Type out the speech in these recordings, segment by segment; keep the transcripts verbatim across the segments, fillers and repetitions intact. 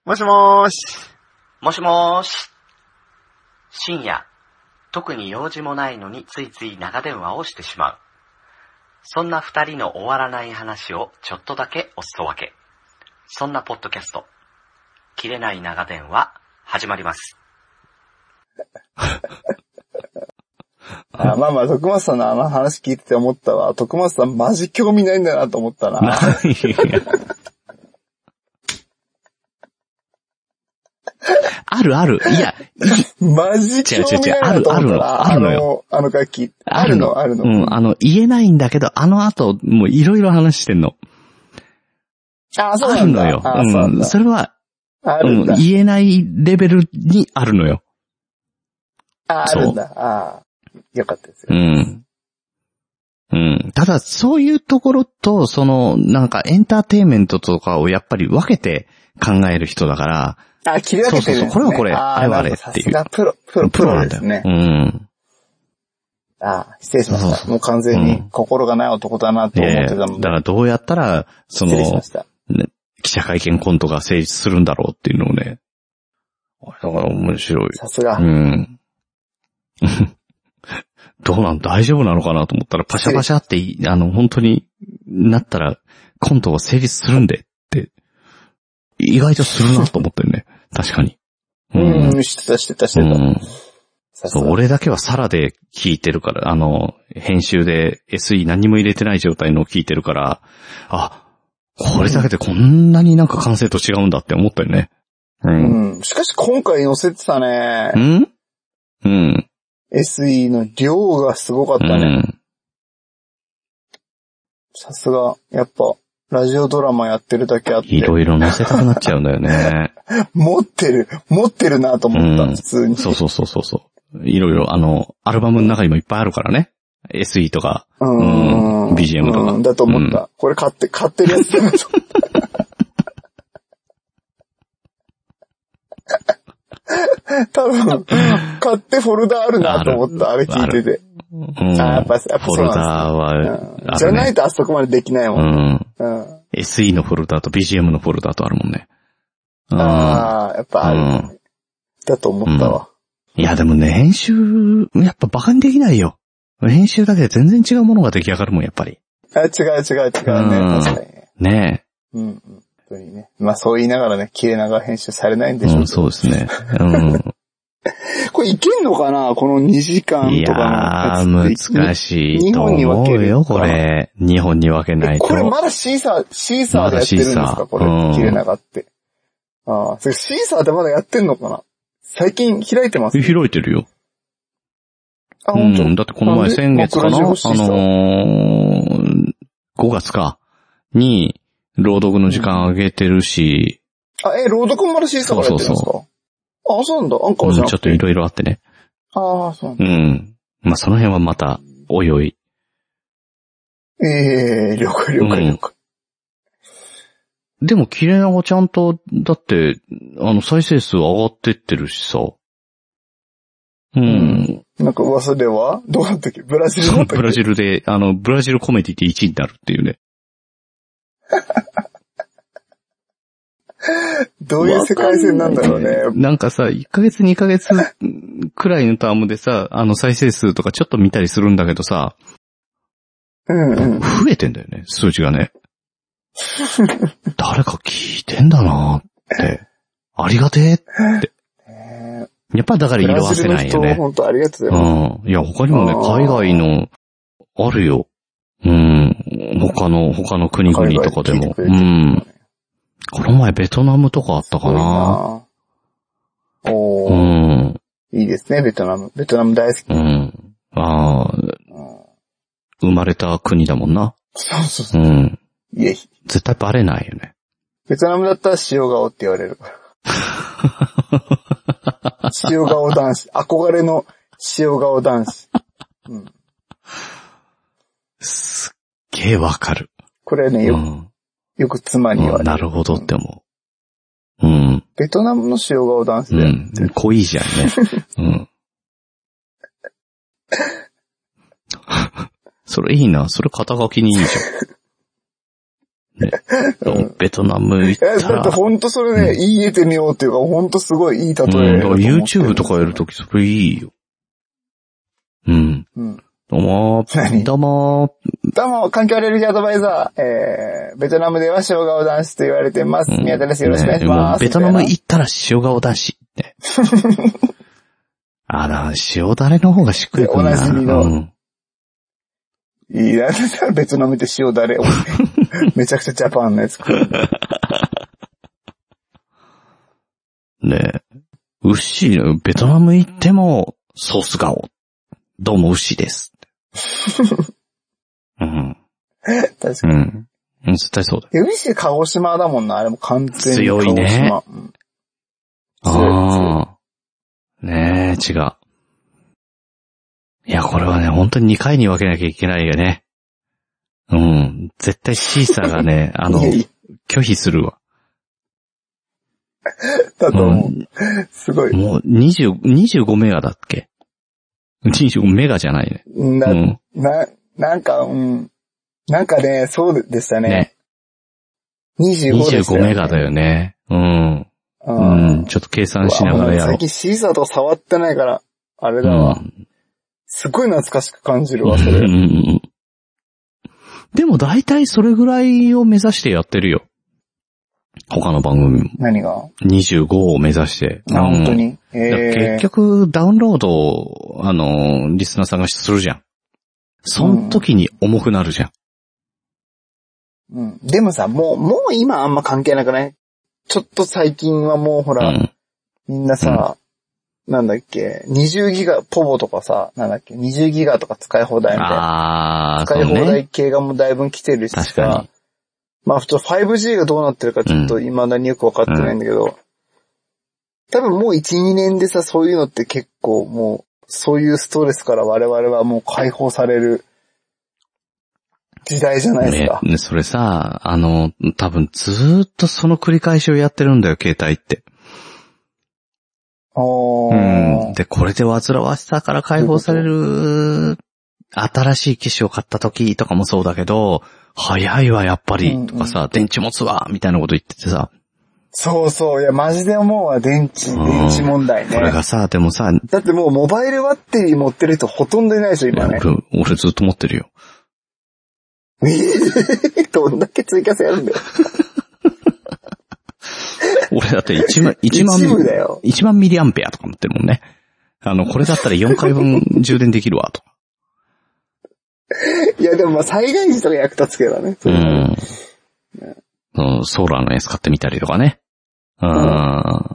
もしもーし。 もしもーし。深夜、特に用事もないのについつい長電話をしてしまう。そんな二人の終わらない話をちょっとだけおすそ分け。そんなポッドキャスト、切れない長電話、始まります。 あまあまあ、徳松さんのあの話聞いてて思ったわ。徳松さんマジ興味ないんだなと思ったな。 あるある。いや、 マジ興味ないなと思ったな。 あるのよ。 あの、あの楽器。あるの、あるの。 うん、あの、言えないんだけど、あの後、もういろいろ話してんの。 あ、そうなんだ。 あるのよ。 あ、 うん。それは、 うん、 言えないレベルにあるのよ。 あ、あるんだ。ああ。よかったですよ。 うん。うん。ただ、そういうところと、その、なんかエンターテインメントとかをやっぱり分けて考える人だから、 あ、切り分けてるんですね。 そうそうそう。これはこれ、あれはあれっていう。 さすがプロ、プロ、プロですね。 うん。 あ、失礼しました。そうそうそう、もう完全に心がない男だなと思ってたので。 うん、だからどうやったら、その、ね、記者会見コントが成立するんだろうっていうのをね。だから面白い。 さすが。 うん。どうなん大丈夫なのかなと思ったら、パシャパシャって、あの、本当になったら、コントが成立するんでって、意外とするなと思ってるね。確かに。 うん、うん、してた、してた、してた。うん、 そう、俺だけはサラで聞いてるから、あの、編集で エスイー 何も入れてない状態のを聞いてるから、あ、これだけでこんなになんか完成と違うんだって思ったよね。 うん。うん、しかし今回載せてたね。 うんうん。 エスイー の量がすごかったね。さすが、やっぱ、ラジオドラマやってるだけあって。 いろいろ載せたくなっちゃうんだよね。 持ってる、持ってるなと思った、うん、普通に。 そうそうそうそうそう。いろいろ、あの、アルバムの中にもいっぱいあるからね。エスイー とか、 うん、 うん、ビージーエム とか。 うん、だと思った。うん、これ買って、買ってるやつだなと思った。多分、買ってフォルダあるなと思った、あれ聞いてて。 うん、あ、 やっぱ、やっぱフォルダは、うんね、じゃないとあそこまでできないもん。うん。うん、 エスイー のフォルダと ビージーエム のフォルダとあるもんね。 うん、ああ、やっぱある、ね、うん。だと思ったわ、 うん。いや、でもね、編集、やっぱバカにできないよ。編集だけで全然違うものが出来上がるもん、やっぱり。 あ、違う違う違うね。うん、確かにね。 ねえ。うん、うん。本当にね。まあそう言いながらね、切れ長編集されないんでしょう、 うん、そうですね。うん。 これいけんのかなこのにじかんとかのやつ。 いやー、難しいと思うよ、これ。にほんに分けないと。 これまだシーサー、シーサーでやってるんですか、これ。切れ長って。ああ、それシーサーでまだやってんのかな最近開いてます、 ね、開いてるよ。 あ、本当。 うん、だってこの前先月かなあのー、ごがつか。に、朗読の時間上げてるし。 うん、あ、え、朗読もまだシーサーからやってるんですか？そうそうそう。あ、そうなんだ。アンカーじゃなくて、うん、 ちょっといろいろあってね。 ああ、そうなんだ。 うん。まあ、その辺はまた、おいおい。 ええー、了解了解了解。 うん、でも、切れ長ちゃんと、だって、あの、再生数上がってってるしさ。うん。うん、 なんか噂ではどうだったっけブラジルだったっけブラジルで、あの、ブラジルコメディでいちいになるっていうね。 どういう世界線なんだろうね。 なんかさ、いっかげつにかげつくらいのタームでさ、あの再生数とかちょっと見たりするんだけどさ、 うんうん、 増えてんだよね、数字がね。誰か聞いてんだなーって。ありがてえって。やっぱだから色褪せないよね。 本当ありがとう。 うん。いや、他にもね、海外の、あるよ。うん。他の、他の国々とかでも。うん。この前ベトナムとかあったかな。 おー。 うん。 いいですね、ベトナム。ベトナム大好き。 うん。ああ、うん。生まれた国だもんな。 そうそうそう。 うん。 いえ。 絶対バレないよね。 ベトナムだったら塩顔って言われるから。塩顔男子。憧れの塩顔男子。うん。 すっげえわかる。 これね、よく、うん、よく妻に言われる、 うん。なるほどって思う。うん。 ベトナムの塩顔男子で。 うん。濃いじゃんね。うん。それいいな。それ肩書きにいいじゃん。 ね、ベトナム行ったら。 だってほんとそれね、うん、言えてみようっていうか、ほんとすごいいい例え、うん。 YouTube とかやるときそれいいよ。うん。うん、どうもー。どうもー。 どうも、環境アレルギーアドバイザー。えー、ベトナムでは塩顔男子と言われてます。宮田です。よろしくお願いします。 ね、ベトナム行ったら塩顔男子。ね、あら、塩だれの方がしっくりくるな。 おなじみの。うんいや、別の見て塩だれを、めちゃくちゃジャパンのやつ食う。 ねえ。牛、ベトナム行っても、ソース顔。どうも牛です。うん。 確かに。うん。 絶対そうだよ。 牛鹿児島だもんな、あれも完全に鹿児島。 強いね。うん、ああ。ねえ、違う。いや、これはね、本当ににかいに分けなきゃいけないよね。うん。絶対シーサーがね、あの、拒否するわ。 だと思う。うん、すごい。 もうにじゅう、にじゅうごメガだっけ ?にじゅうご メガじゃないね。 な、うん、な、なんか、うん。なんかね、そうでしたね。ね。にじゅうごでしたよね。 にじゅうごメガだよね。うん。うん。ちょっと計算しながらやろう。 最近シーサーとか触ってないから、あれだわ。うんすごい懐かしく感じるわ、それ。 でも大体それぐらいを目指してやってるよ。他の番組も。 何が ? にじゅうご を目指して。 あ、うん、本当に、 えー、結局ダウンロードを、あの、リスナーさんがするじゃん。その時に重くなるじゃん。 うん。でもさ、もう、もう今あんま関係なくないちょっと最近はもうほら、うん、みんなさ、うんなんだっけ、にじゅうギガ、ポボとかさ、なんだっけ、にじゅうギガとか使い放題みたいな。あ使い放題系がもうだいぶ来てるしさ。確かに。まあ、普通 ファイブジー がどうなってるかちょっと未だによくわかってないんだけど、うん、多分もういち、にねんでさ、そういうのって結構もう、そういうストレスから我々はもう解放される時代じゃないですか。 ね、それさ、あの、多分ずーっとその繰り返しをやってるんだよ、携帯って。 うん。 で、これで煩わしさから解放される、新しい機種を買った時とかもそうだけど、早いわ、やっぱり、とかさ、うんうん、電池持つわ、みたいなこと言っててさ。 そうそう、いや、マジで思うわ、電池、電池問題ね。 これがさ、でもさ、 だってもうモバイルバッテリー持ってる人ほとんどいないでしょ、今ね。 俺、俺ずっと持ってるよ。 どんだけ追加性あるんだよ。 俺だっていちまん、いちまん、いちまんミリアンペアとか持ってるもんね。あの、これだったらよんかいぶん充電できるわ、と。 いや、でもまあ災害時とか役立つけどね。 うん。うん、ソーラーのやつ買ってみたりとかね。うん。うん、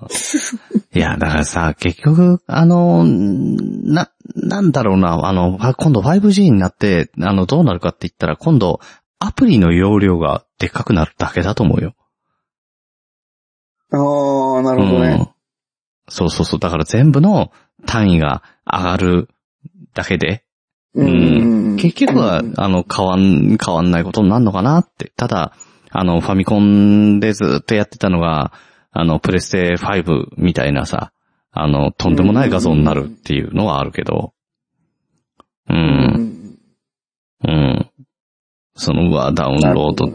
いや、だからさ、結局、あの、な、なんだろうな、あの、今度 ファイブジー になって、あの、どうなるかって言ったら、今度、アプリの容量がでっかくなるだけだと思うよ。 ああ、なるほどね、うん。 そうそうそう。だから全部の単位が上がるだけで、うん、結局は、あの、変わん、変わんないことになるのかなって。ただ、あの、ファミコンでずっとやってたのが、あの、プレステファイブみたいなさ、あの、とんでもない画像になるっていうのはあるけど、うん。うん。その、うわ、ダウンロード。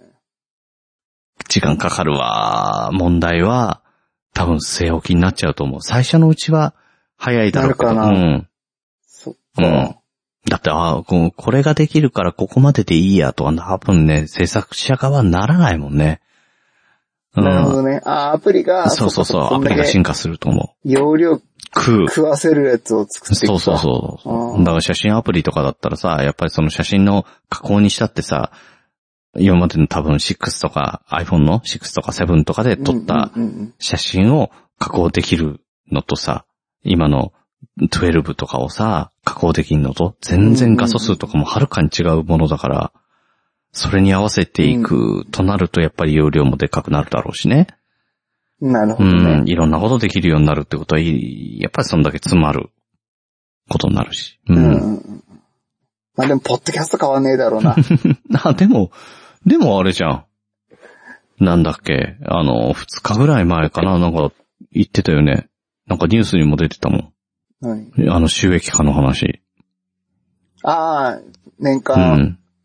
時間かかるわ。問題は、多分据え置きになっちゃうと思う。最初のうちは早いだろうけど。 なるかな。うん。そっか。うん。 だって、ああ、これができるからここまででいいやとは多分ね、制作者側はならないもんね。 うん、なるほどね。ああ、アプリが。 そうそうそう、アプリが進化すると思う。 容量食う。食わせるやつを作っていく。 そうそうそう。だから写真アプリとかだったらさ、やっぱりその写真の加工にしたってさ、今までの多分ろくとか iPhone のろくとかななとかで撮った写真を加工できるのとさ、今のじゅうにとかをさ、加工できるのと全然画素数とかもはるかに違うものだから、それに合わせていくとなるとやっぱり容量もでっかくなるだろうしね。 なるほどね。 うん、いろんなことできるようになるってことは、やっぱりそんだけ詰まることになるし。うん。うん、 まあでも、ポッドキャスト変わんねえだろうな。 あ、でも、でもあれじゃん。なんだっけ、あの、ふつかぐらい前かな、なんか言ってたよね。なんかニュースにも出てたもん。 何？ あの収益化の話。 ああ、年間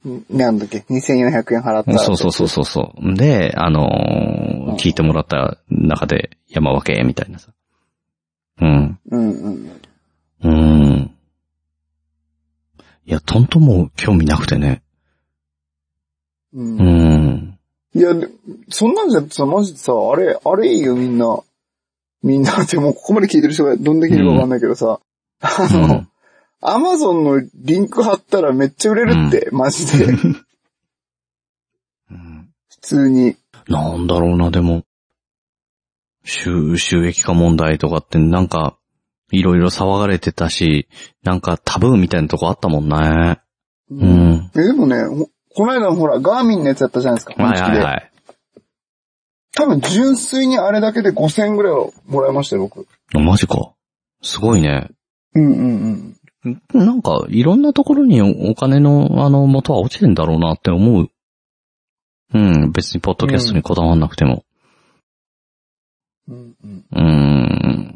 なんだっけ、にせんよんひゃくえん払ったら。 そうそうそうそうそう。で、あのー、聞いてもらった中で山分け、みたいなさ。うん。 うんうん。 うん。いや、トントンも興味なくてね。 うん。 うん。 いや、そんなんじゃさ、マジでさ、あれ、あれいいよみんな。みんなってもうここまで聞いてる人がどんだけいるかわかんないけどさ、うん、あの、アマゾンのリンク貼ったらめっちゃ売れるって、うん、マジで。うん、普通に。 なんだろうな、でも。収、収益化問題とかってなんか、いろいろ騒がれてたし、なんかタブーみたいなとこあったもんね。うん。うん、 えでもね、この間のほら、ガーミンのやつやったじゃないですか。 はいはいはい。 多分純粋にあれだけでごせんえんぐらいはもらいましたよ、僕。 あ、マジか。すごいね。 うんうんうん。なんか、いろんなところにお金の、あの、元は落ちてんだろうなって思う。うん、別にポッドキャストにこだわんなくても。 うんうん。 うん。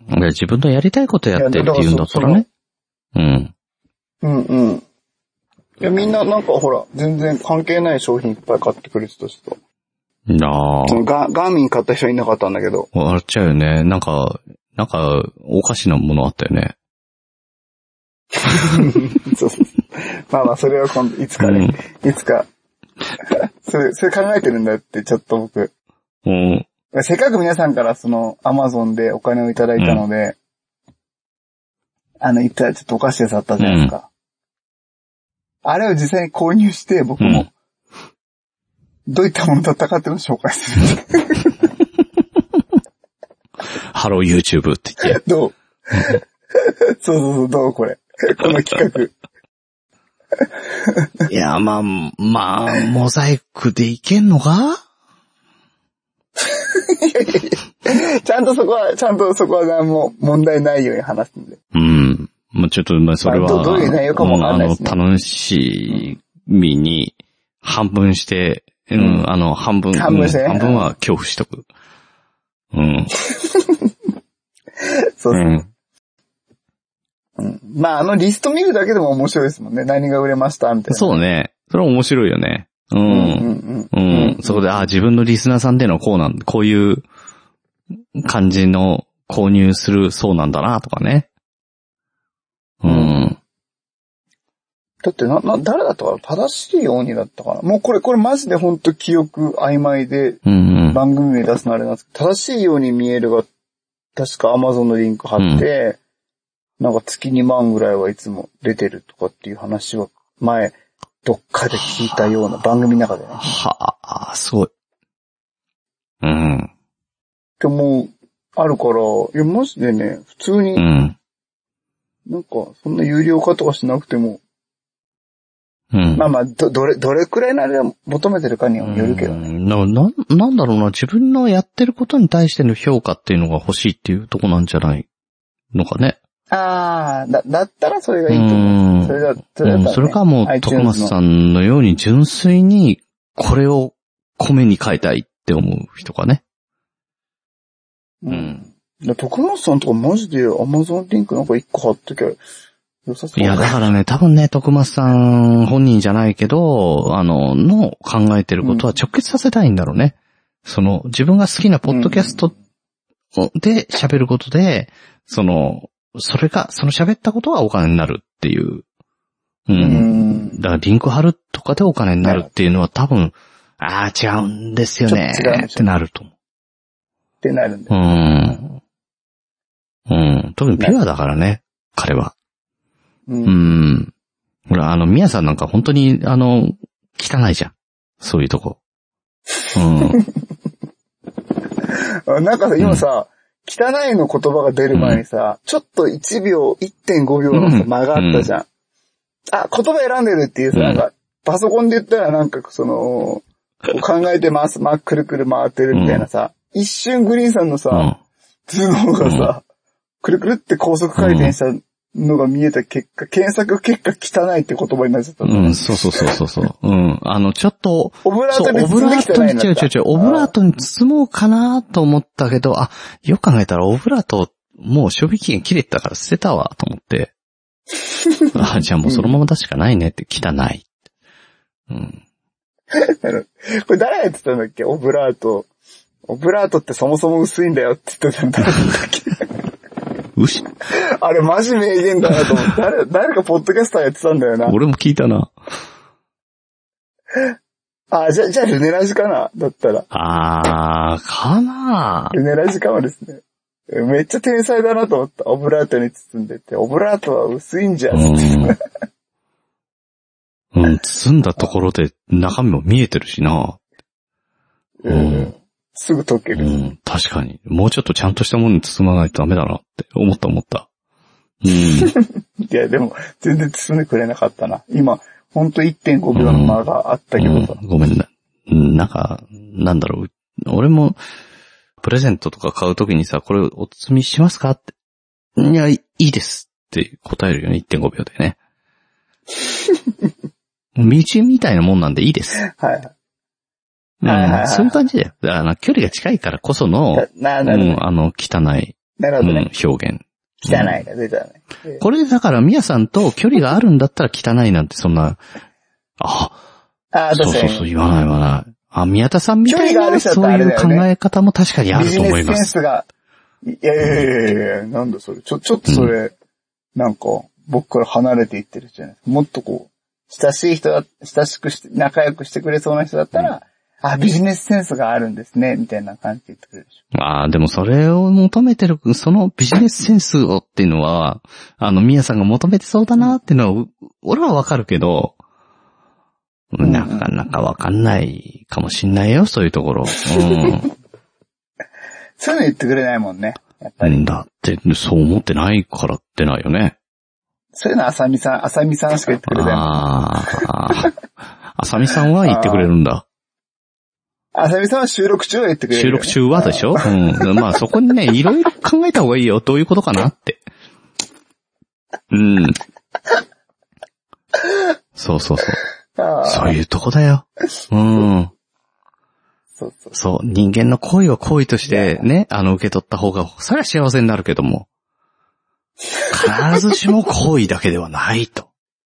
いや、自分のやりたいことやってって言うんだったらね。うん。 うんうん。いや、みんななんかほら、全然関係ない商品いっぱい買ってくれてたしさ。 なあ。 ガ、ガーミン買った人いなかったんだけど。 笑っちゃうよね。なんか、なんか、おかしなものあったよね。 そうそう。まあまあ、それは今度、いつかね、うん、いつか、それ、それ考えてるんだって、ちょっと僕。 うん。 せっかく皆さんからその、アマゾンでお金をいただいたので、うん、あの、いったらちょっとお菓子屋さんあったじゃないですか。うん、あれを実際に購入して、僕も、うんどういったものだったかっていうのを紹介する。 ハロー YouTube って言って。 どうそうそうそう、どうこれ。この企画。いや、まあ、まあ、モザイクでいけんのかちゃんとそこは、ちゃんとそこは何も問題ないように話すんで。 うん。まあ、ちょっと、まあ、それは、まあ、 どういう内容かもわかんないですね。 あの、楽しみに半分して、うん、あの、半分、半分、うん、半分は恐怖しとく。うん。 そうですね。うん。まあ、あのリスト見るだけでも面白いですもんね。何が売れましたみたいな。 そうね。それは面白いよね。うん。うん。うん。うん、そこで、あ、自分のリスナーさんでのこうなん、こういう感じの購入するそうなんだなとかね。うん。うんだってな、な、誰だったかな正しいようにだったかなもうこれ、これマジでほんと記憶曖昧で、番組名出すのあれなんですけど、正しいように見えるが、確か Amazon のリンク貼って、うん、なんか月にまんぐらいはいつも出てるとかっていう話は、前、どっかで聞いたような番組の中でね。 はあ、すごい。うん。 でも、あるから、いや、マジでね、普通に、うん、なんか、そんな有料化とかしなくても、うん、まあまあ、ど、どれ、どれくらいのあれを求めてるかにはよるけどね。 な、な、なんだろうな、自分のやってることに対しての評価っていうのが欲しいっていうとこなんじゃないのかね。 ああ、だ、だったらそれがいいと思う。それだ、 それだったら、ね、うん、それかもう、徳松さんのように純粋に、これを米に変えたいって思う人かね。 うん。うん、徳松さんとかマジで Amazon リンクなんか一個貼っときゃ、 いや、だからね、多分ね、徳松さん本人じゃないけど、あの、の考えてることは直結させたいんだろうね。うん、その、自分が好きなポッドキャストで喋ることで、その、それが、その喋ったことがお金になるっていう。うん。うん、だからリンク貼るとかでお金になるっていうのは多分、ああ、違うんですよね。ってなると思う。 ってなるんだよ。うん。うん。特にピュアだからね、彼は。うん。うん。ほら、あの、宮さんなんか本当に、あの、汚いじゃん。そういうとこ。 うん。なんかさ、今さ、うん、汚いの言葉が出る前にさ、うん、ちょっといちびょう、いってんごびょうのさ、間があったじゃん。うん、あ、言葉選んでるっていうさ、なんか、パソコンで言ったらなんかその、考えてます、まあ、くるくる回ってるみたいなさ、うん、一瞬グリーンさんのさ、うん、頭脳がさ、うん、くるくるって高速回転したのが見えた結果、検索結果汚いって言葉になっちゃった。 うん、そうそうそうそう。うん。あの、ちょっと、 オブラートに包んで汚いな。 違う違う違う、オブラートに包もうかなと思ったけど、あ、よく考えたらオブラート、もう賞味期限切れてたから捨てたわ、と思って。あ、じゃあもうそのまま出すしかないねって、汚い。 うん。 これ誰が言ってたんだっけ？オブラート。オブラートってそもそも薄いんだよって言ってたんだっけ？ 牛あれマジ名言だなと思って。誰、誰かポッドキャスターやってたんだよな。 俺も聞いたな。 あ、じゃ、じゃあルネラジかなだったら。 あー、かなルネラジかもですね。めっちゃ天才だなと思った。オブラートに包んでて。オブラートは薄いんじゃん。 うん。うん、包んだところで中身も見えてるしな。 うん。うん、すぐ溶ける。 うん、確かに。もうちょっとちゃんとしたものに包まないとダメだなって思った思った。うん。 いや、でも、全然包んでくれなかったな。今、ほんと いってんごびょうの間があったけどさ、 うんうん。ごめんね。なんか、なんだろう。俺も、プレゼントとか買うときにさ、これお包みしますかって。いや、いいですって答えるよね、いってんごびょうでね。道みたいなもんなんでいいです。 はい。 うん、はいはいはい、そういう感じだよ。あの、距離が近いからこその、ななるほど、うん、あの、汚い、 なるほどね、 うん、表現。 汚いが出たね。 うん、これだから、みやさんと距離があるんだったら汚いなんてそんな、あ、あそうそうそう、言わない言わない。あ、宮田さんみたいなそういう考え方も確かにあると思います。 ビジネスセンスが、いやいやいやいや、なんだそれ。ちょ、ちょっとそれ、うん、なんか、僕から離れていってるじゃないですか。もっとこう、親しい人だ、親しくして、仲良くしてくれそうな人だったら、うん、あ、ビジネスセンスがあるんですね、みたいな感じで言ってくれるでしょ。 ああ、でもそれを求めてる、そのビジネスセンスをっていうのは、あの、宮さんが求めてそうだなっていうのは、俺はわかるけど、なかなかわかんないかもしんないよ、そういうところ。うん。そういうの言ってくれないもんね。やっぱり。 だって、そう思ってないからってないよね。 そういうのは浅見さん、浅見さんしか言ってくれないもん、ね。ああ。浅見さんは言ってくれるんだ。 浅見さんは収録中は言ってくれる、ね。 収録中はでしょ？うん。まあそこにね、いろいろ考えた方がいいよ。どういうことかなって。うん。そうそうそう。そういうとこだよ。うん。 そうそう。 そう。人間の行為は行為としてね、あの、受け取った方が、それは幸せになるけども。必ずしも行為だけではないと。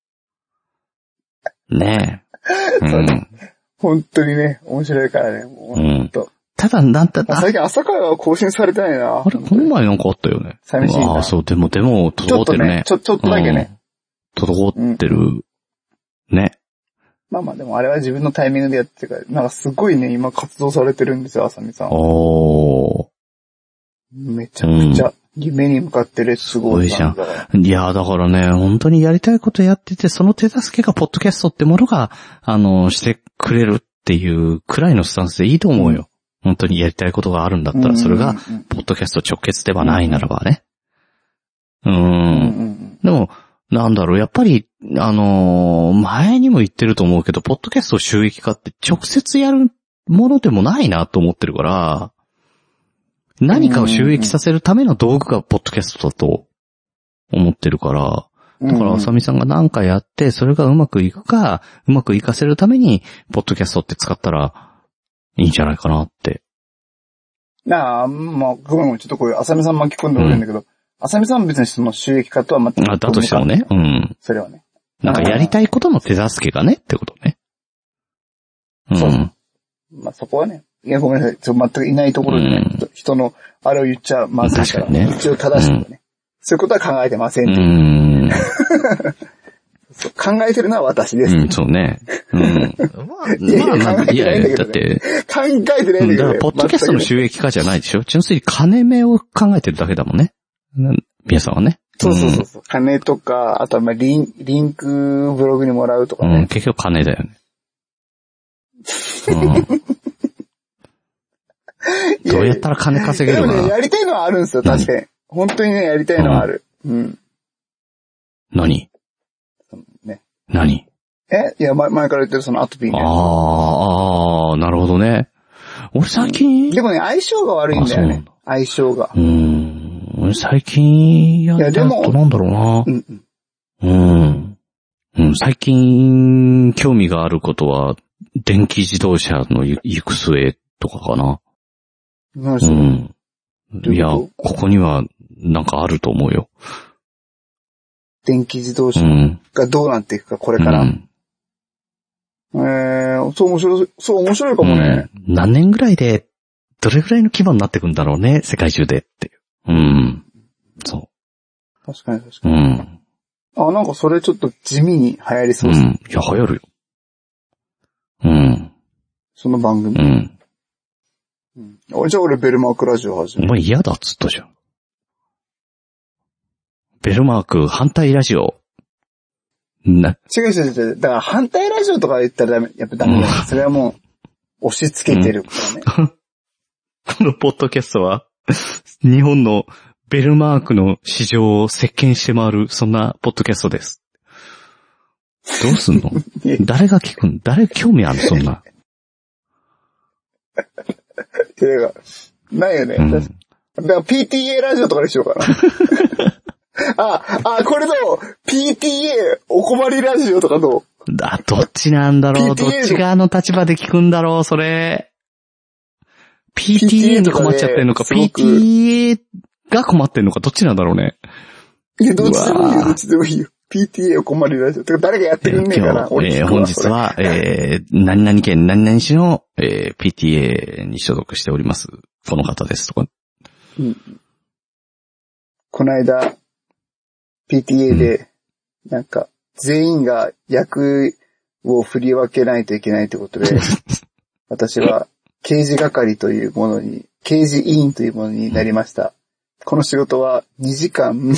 ねえ。うん。 本当にね、面白いからね。もう本当、うん。 ただ、なんた、 最近朝会は更新されてないな。 あれ、この前なんかあったよね。 寂しいな。 ああ、そう、でも、でも、滞ってるね。 ちょっとね、ちょ、ちょっとだけね。 うん、滞ってる、うん。ね。 まあまあでもあれは自分のタイミングでやってるから、なんかすごいね、今活動されてるんですよ、あさみさん。 おー。 めちゃくちゃ、夢に向かってるすごいじゃん。 いやだからね、本当にやりたいことやってて、その手助けがポッドキャストってものが、あの、してくれるっていうくらいのスタンスでいいと思うよ。うん、本当にやりたいことがあるんだったら、それが、ポッドキャスト直結ではないならばね。うーん。うんうん、でも、なんだろう、やっぱり、あのー、前にも言ってると思うけど、ポッドキャスト収益化って直接やるものでもないなと思ってるから、何かを収益させるための道具がポッドキャストだと思ってるから、だから、あさみさんが何かやって、それがうまくいくか、うまくいかせるために、ポッドキャストって使ったらいいんじゃないかなって。 なあ、まあ、ごめんごめん、ちょっとこれ、あさみさん巻き込んでほしいんだけど、うん、あさみさんは別にその収益化とは全く。 あ、だとしてもね。うん。 それはね。 なんかやりたいことの手助けがねってことね。 うん。そう。まあそこはね。いや、ごめんなさい。全くいないところでね、うん、人のあれを言っちゃまずいから。確かにね。一応正しくね、うん。そういうことは考えてません。うん。考えてるのは私です。 うん、そうね。うん。まあ、 いやいや、考えてないんだけど、ね。いやいや、だって。考えてないんだけど、ね。 だから、ポッドキャストの収益化じゃないでしょ。純粋に金目を考えてるだけだもんね。皆さんはね。 そうそうそうそう、うん。金とか、あとはまあリン、リンクブログにもらうとかね。 うん、結局金だよね。うんどうやったら金稼げるかな。 でもね、やりたいのはあるんですよ、確かに。本当にね、やりたいのはある。うん。 何ね。 何えいや、前、前から言ってるそのアトピーね。 ああ、ああ、なるほどね。俺最近、うん、 でもね、相性が悪いんだよね。相性が。 うーん。俺最近やったやつとなんだろうな。うん、うん。うん。最近興味があることは、電気自動車の行く末とかかな。 何それ、うん。 いや、ここにはなんかあると思うよ。 電気自動車がどうなっていくか、これから。うん、 えー、そう面白い、そう面白いかもね。 うん、何年ぐらいで、どれぐらいの規模になってくんだろうね、世界中でっていう。うん。そう。 確かに確かに。 うん。 あ、なんかそれちょっと地味に流行りそうですね。 うん。いや、流行るよ。うん。 その番組。 うん。 うん、じゃあ俺ベルマークラジオ始める。 お前嫌だっつったじゃん。ベルマーク反対ラジオ。な。 違う違う違う。だから反対ラジオとか言ったらダメ、やっぱダメだよ。うん、それはもう、押し付けてるからね。うん、 このポッドキャストは、日本のベルマークの市場を席巻して回る、そんなポッドキャストです。どうすんの誰が聞くん誰興味あるそんな。 いや、ないよね。うん、だから ピーティーエー ラジオとかにしようかな。あ、あ、これどう ピーティーエー お困りラジオとかどうだ、どっちなんだろうどっち側の立場で聞くんだろうそれ。ピーティーエー に困っちゃってんのか、ピーティーエー が困ってんのか、どっちなんだろうね。 いや、どっちでもいいよ、どっちでもいいよ。ピーティーエー お困りラジオ。てか誰がやってくんねえかな。 えー、本日は、えー、何々県何々市の、えー、ピーティーエー に所属しております。この方ですとか。 うん。この間、ピーティーエー で、なんか、全員が役を振り分けないといけないということで、私は刑事係というものに、刑事委員というものになりました。この仕事はにじかん、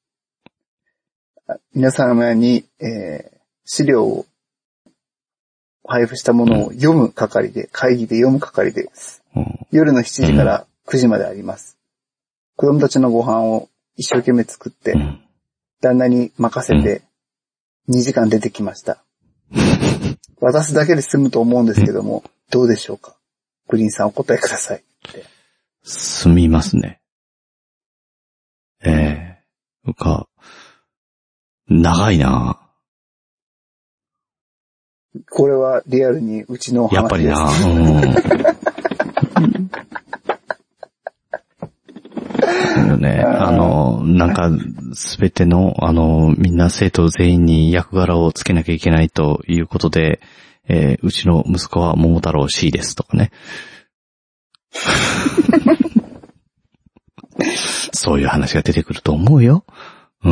皆様に、えー、資料を配布したものを読む係で、会議で読む係です。夜のしちじからくじまであります。子供たちのご飯を一生懸命作って、旦那に任せてにじかん出てきました。渡すだけで済むと思うんですけども、どうでしょうか。グリーンさんお答えください。 済みますね。えー、か、長いなこれはリアルにうちの話です。 やっぱりなうん。ね、あの、なんか、すべての、あの、みんな生徒全員に役柄をつけなきゃいけないということで、えー、うちの息子は桃太郎 C ですとかね。そういう話が出てくると思うよ。うん。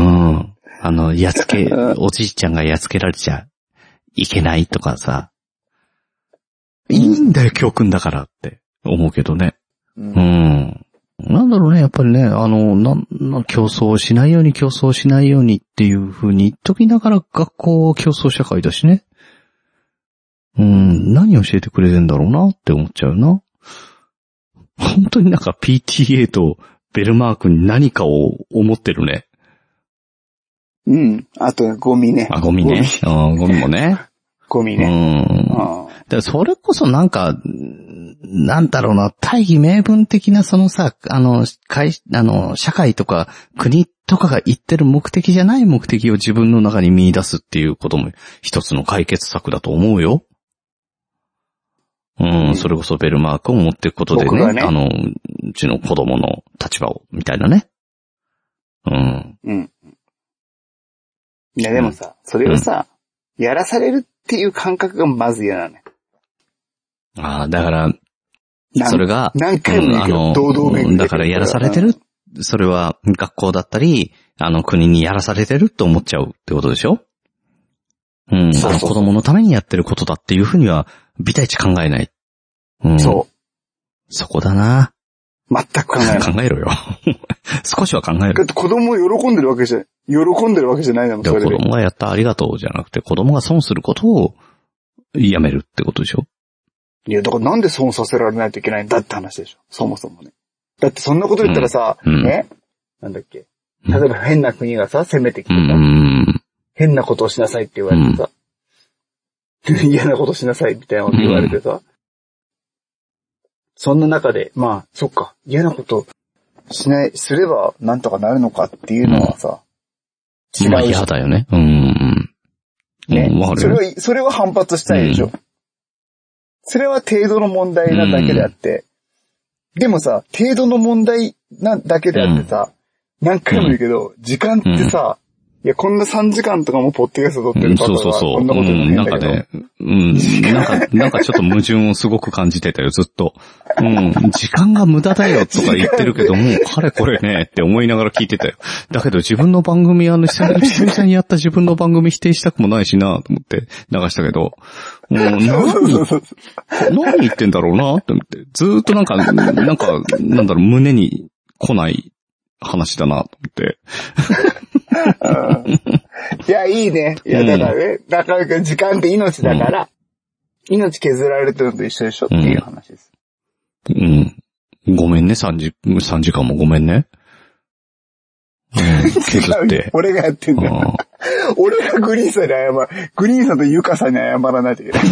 あの、やっつけ、おじいちゃんがやっつけられちゃいけないとかさ。いいんだよ、教訓だからって思うけどね。うん。うんなんだろうね、やっぱりね、あの、な、な、競争しないように競争しないようにっていう風に言っときながら学校は競争社会だしね。うん、何教えてくれてんだろうなって思っちゃうな。本当になんか ピーティーエー とベルマークに何かを思ってるね。 うん。あと、ゴミね。 あ、ゴミね。ゴミ, うんゴミもね。 ゴミね。うん。 でそれこそなんか、なんだろうな、大義名分的なそのさ、あの、会、あの、社会とか国とかが言ってる目的じゃない目的を自分の中に見出すっていうことも一つの解決策だと思うよ。うん、うん、それこそベルマークを持っていくことで ね, ね、あの、うちの子供の立場を、みたいなね。うん。 うん。いやでもさ、それをさ、うん、やらされるっていう感覚がまず嫌なのよ。 ああ、だから、それが、 何回も言うけど、うん、あの、堂々巡りだからやらされてる、それは学校だったり、あの国にやらされてるって思っちゃうってことでしょ？うん。そうそうそう。子供のためにやってることだっていうふうには、ビタイチ考えない。うん。そう。そこだな。 全く考えない。 考えろよ。少しは考える。 だって子供喜んでるわけじゃ、喜んでるわけじゃないんだもん、それで。 子供がやったありがとうじゃなくて、子供が損することをやめるってことでしょ？ いや、だからなんで損させられないといけないんだって話でしょ。そもそもね。だってそんなこと言ったらさ、うん、ね、なんだっけ。例えば変な国がさ、攻めてきてさ、うん、変なことをしなさいって言われてさ、うん、嫌なことしなさいみたいなこと言われてさ、うん、そんな中で、まあ、そっか、嫌なことしない、すればなんとかなるのかっていうのはさ、 うん、違う。まあ嫌だよね。うん。 ね、うん、それは、それは反発したいでしょ。うん、それは程度の問題なだけであって、うん、でもさ、程度の問題なだけであってさ、うん、何回も言うけど、時間ってさ、 いや、こんなさんじかんとかもポッドキャスト撮ってる方は、 そうそうそう。 こんなこと言ってんだけど、 うん、なんかね、うん、なんか、なんかちょっと矛盾をすごく感じてたよ、ずっと。うん、時間が無駄だよとか言ってるけども、かれこれねって思いながら聞いてたよ。だけど自分の番組、あの、久々にやった自分の番組否定したくもないしなと思って流したけど、もう何、何言ってんだろうなって思って、ずーっとなんか、なんか、なんだろう、胸に来ない話だなと思って。 いや、いいね。いや、だからね、なかなか時間って命だから、うん、命削られてるのと一緒でしょっていう話です。 うん。うん、ごめんね、3時、さんじかんもごめんね。うん、削って。 俺がやってんだよ。俺がグリーンさんに謝る。グリーンさんとユカさんに謝らないといけない。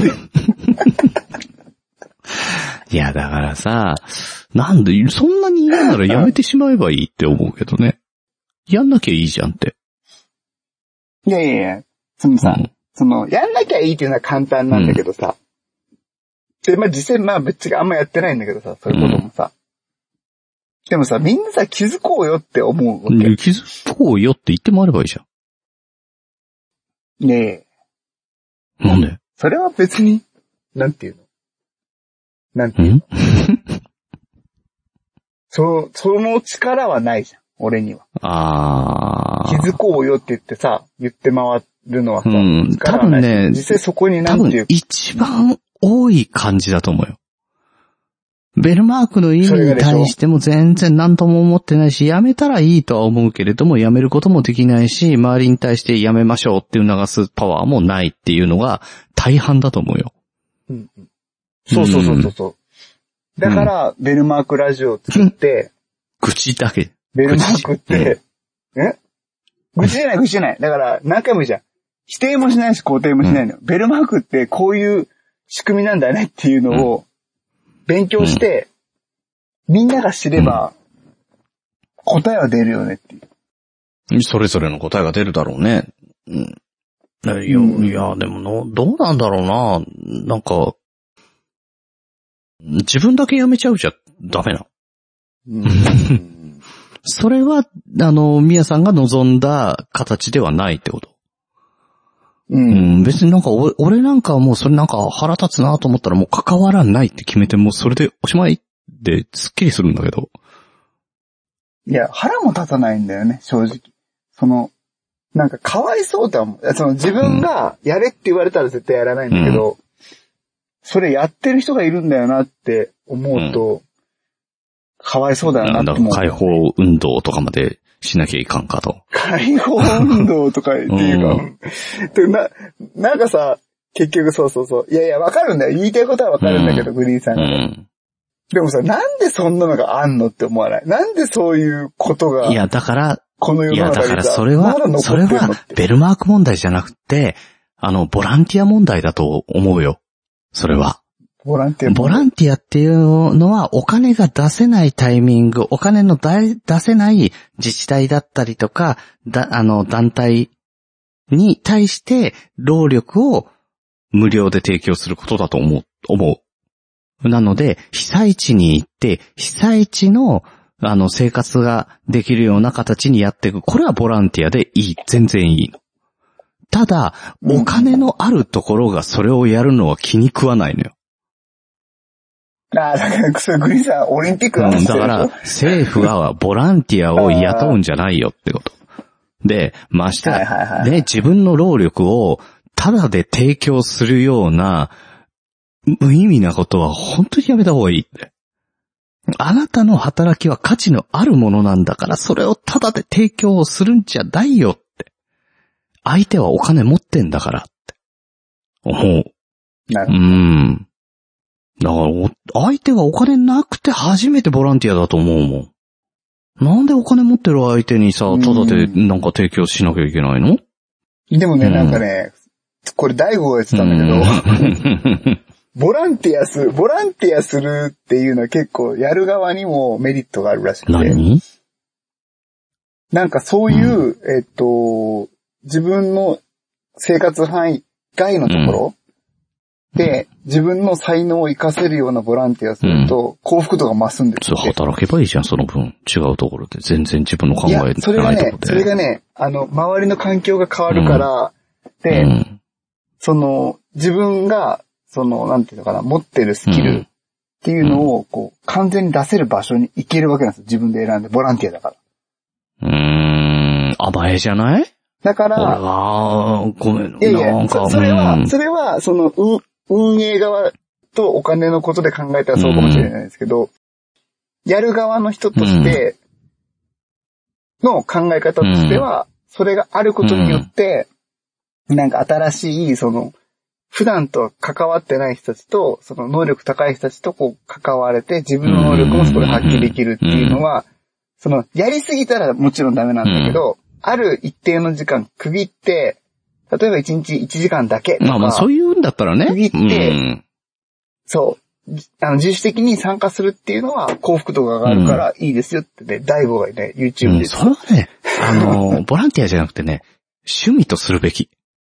いや、だからさ、なんで、そんなに嫌ならやめてしまえばいいって思うけどね。やんなきゃいいじゃんって。 いやいやいや、そのさ、うん、その、やんなきゃいいっていうのは簡単なんだけどさ。うん、で、まあ実際まあ別にあんまやってないんだけどさ、そういうこともさ。うん、でもさ、みんなさ、気づこうよって思うわけ。 気づこうよって言ってもあればいいじゃん。ねえ。なんで？ それは別に、なんていうのなんていうのそ、その力はないじゃん、俺には。 ああ。気づこうよって言ってさ、言って回るのはさ、 うん、多分ね、 実際そこになんていう。 多分一番多い感じだと思うよ。ベルマークの意味に対しても全然何とも思ってないし、やめたらいいとは思うけれども、やめることもできないし、周りに対してやめましょうって促すパワーもないっていうのが大半だと思うよ。 うんうん、そうそうそうそうそう。うんだから、うん、ベルマークラジオを作って、 口だけ。 ベルマークって、うん、え口じゃない、口じゃない。だから、何回もいいじゃん。否定もしないし肯定もしないのよ。うん、ベルマークってこういう仕組みなんだねっていうのを勉強して、うん、みんなが知れば、答えは出るよねっていう。 それぞれの答えが出るだろうね。うん。いや、いやでもの、どうなんだろうな。なんか、自分だけやめちゃうじゃダメな。うん、それは、あの、ミヤさんが望んだ形ではないってこと。うん、うん、別になんか俺、俺なんかはもうそれなんか腹立つなと思ったらもう関わらないって決めてもうそれでおしまいでスッキリするんだけど。 いや、腹も立たないんだよね、正直。その、なんかかわいそうとは思う。その自分がやれって言われたら絶対やらないんだけど、うんそれやってる人がいるんだよなって思うと、うん、かわいそうだよなって思う。 解放運動とかまでしなきゃいかんかと。 解放運動とかっていうか、うん、な、なんかさ、結局そうそうそう。いやいや、わかるんだよ。言いたいことはわかるんだけど、うん、グリーンさんが、うん。でもさ、なんでそんなのがあんのって思わない？なんでそういうことが。 いや、だから、 この世の中にさ、 いや、だからそれは、それは、ベルマーク問題じゃなくて、あの、ボランティア問題だと思うよ。それは。 ボランティア。 ボランティアっていうのはお金が出せないタイミング、お金の出せない自治体だったりとか、だ、あの、団体に対して労力を無料で提供することだと思う、思う。なので、被災地に行って、被災地の、あの、生活ができるような形にやっていく。これはボランティアでいい。全然いいの。ただ、お金のあるところがそれをやるのは気に食わないのよ。 ああ、だから、それグリーンさん、オリンピックなんですよ。 だから、政府はボランティアを雇うんじゃないよってこと。で、まして、はいはいはい、で、自分の労力をタダで提供するような、無意味なことは本当にやめた方がいいって。あなたの働きは価値のあるものなんだから、それをタダで提供するんじゃないよって。相手はお金持ってんだからって。思う。 なるほど。 うん。だから、相手がお金なくて初めてボランティアだと思うもん。なんでお金持ってる相手にさ、タダでなんか提供しなきゃいけないの？ でもね、うん、なんかね、これ大悟が言ってたんだけど、ボランティアする、ボランティアするっていうのは結構やる側にもメリットがあるらしくて。 何？ なんかそういう、うん、えっと、自分の生活範囲外のところで、自分の才能を活かせるようなボランティアをすると、幸福度が増すんですよ。そう、働けばいいじゃん、その分。違うところで。全然自分の考えないところで。 それがね、それがね、あの、周りの環境が変わるから、うん、で、うん、その、自分が、その、なんていうのかな、持ってるスキルっていうのを、こう、完全に出せる場所に行けるわけなんですよ。自分で選んで、ボランティアだから。 うーん、甘えじゃない？ だから、 俺は、ごめん、 いやいや、 なんか、 それは、うん、それは、その、運、運営側とお金のことで考えたらそうかもしれないですけど、うん、やる側の人としての考え方としては、うん、それがあることによって、うん、なんか新しい、その、普段と関わってない人たちと、その能力高い人たちとこう関われて、自分の能力もそこで発揮できるっていうのは、その、やりすぎたらもちろんダメなんだけど、ある一定の時間区切って、例えばいちにちいちじかんだけとか。 まあまあそういうんだったらね。 区切って、うん、そう、あの自主的に参加するっていうのは幸福度が上がるからいいですよってね、大悟がね、YouTube で、うん。 それはね、あの、ボランティアじゃなくてね、趣味とするべき。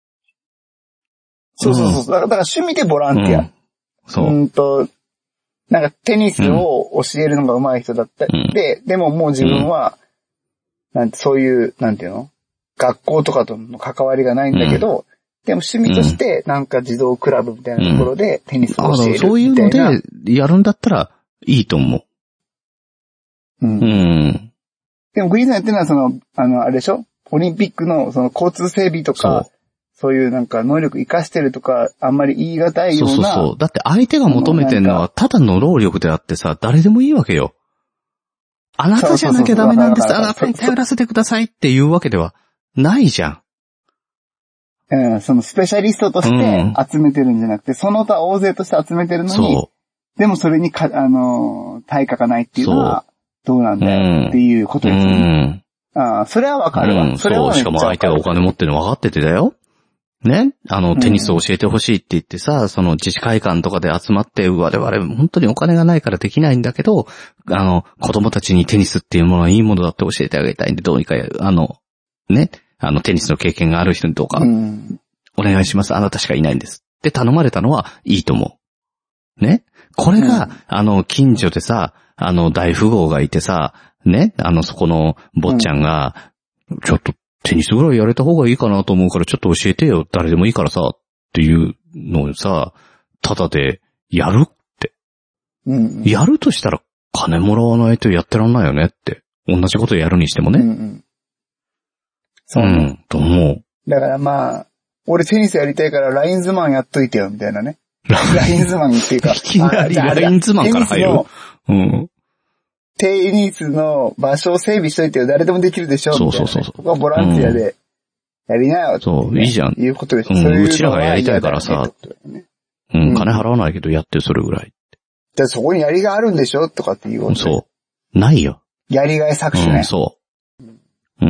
そうそうそう。だから、だから趣味でボランティア。うん、そう。うんと、なんかテニスを教えるのが上手い人だったり、うん、で、でももう自分は、うん、なんてそういう、なんていうの？学校とかとの関わりがないんだけど、うん、でも趣味としてなんか児童クラブみたいなところでテニスを教えるみたいな。うん、 そういうのでやるんだったらいいと思う。うん。うん。 でもグリーンさんやってるのはその、あの、あれでしょ？オリンピックのその交通整備とか、そういうなんか能力活かしてるとか、あんまり言い難いような。 そうそうそう。だって相手が求めてるのはただの労力であってさ、誰でもいいわけよ。あなたじゃなきゃダメなんです。あなたに頼らせてくださいっていうわけではないじゃん。 うん、そのスペシャリストとして集めてるんじゃなくて、うん、その他大勢として集めてるのに、そうでもそれにか、あのー、対価がないっていうのは、どうなんだよっていうことですね。うん、ああ、それはわかるわ。 うん、 それはそう、しかも相手がお金持ってるの分かっててだよ。ね、あの、テニスを教えてほしいって言ってさ、うん、その自治会館とかで集まって、我々本当にお金がないからできないんだけど、あの、子供たちにテニスっていうものはいいものだって教えてあげたいんで、どうにか、あの、ね、あの、テニスの経験がある人にどうか、うん、お願いします。あなたしかいないんです。って頼まれたのはいいと思う。ね。これが、うん、あの、近所でさ、あの、大富豪がいてさ、ね、あの、そこの坊ちゃんが、うん、ちょっと、テニスぐらいやれた方がいいかなと思うからちょっと教えてよ。誰でもいいからさ。っていうのをさ、ただでやるって。うんうん、やるとしたら金もらわないとやってらんないよねって。同じことやるにしてもね。うんうん、そう、ね。うん、と思う。 だからまあ、俺テニスやりたいからラインズマンやっといてよ、みたいなね。ラインズマンっていうか。いきなりラインズマンから入る。うん。 テニスの場所を整備しといてよ、誰でもできるでしょ、みたいな、ね。そうそうそう。ここはボランティアでやりなよ、ね、 そう、いいじゃん。 いうことでしょ。 うん、うちらがやりたいからさ、ね、うん、金払わないけどやってそれぐらい。 じゃあそこにやりがあるんでしょとかっていうこと、ね。 そう。ないよ。 やりがい搾取ね。 うん、そう。うん。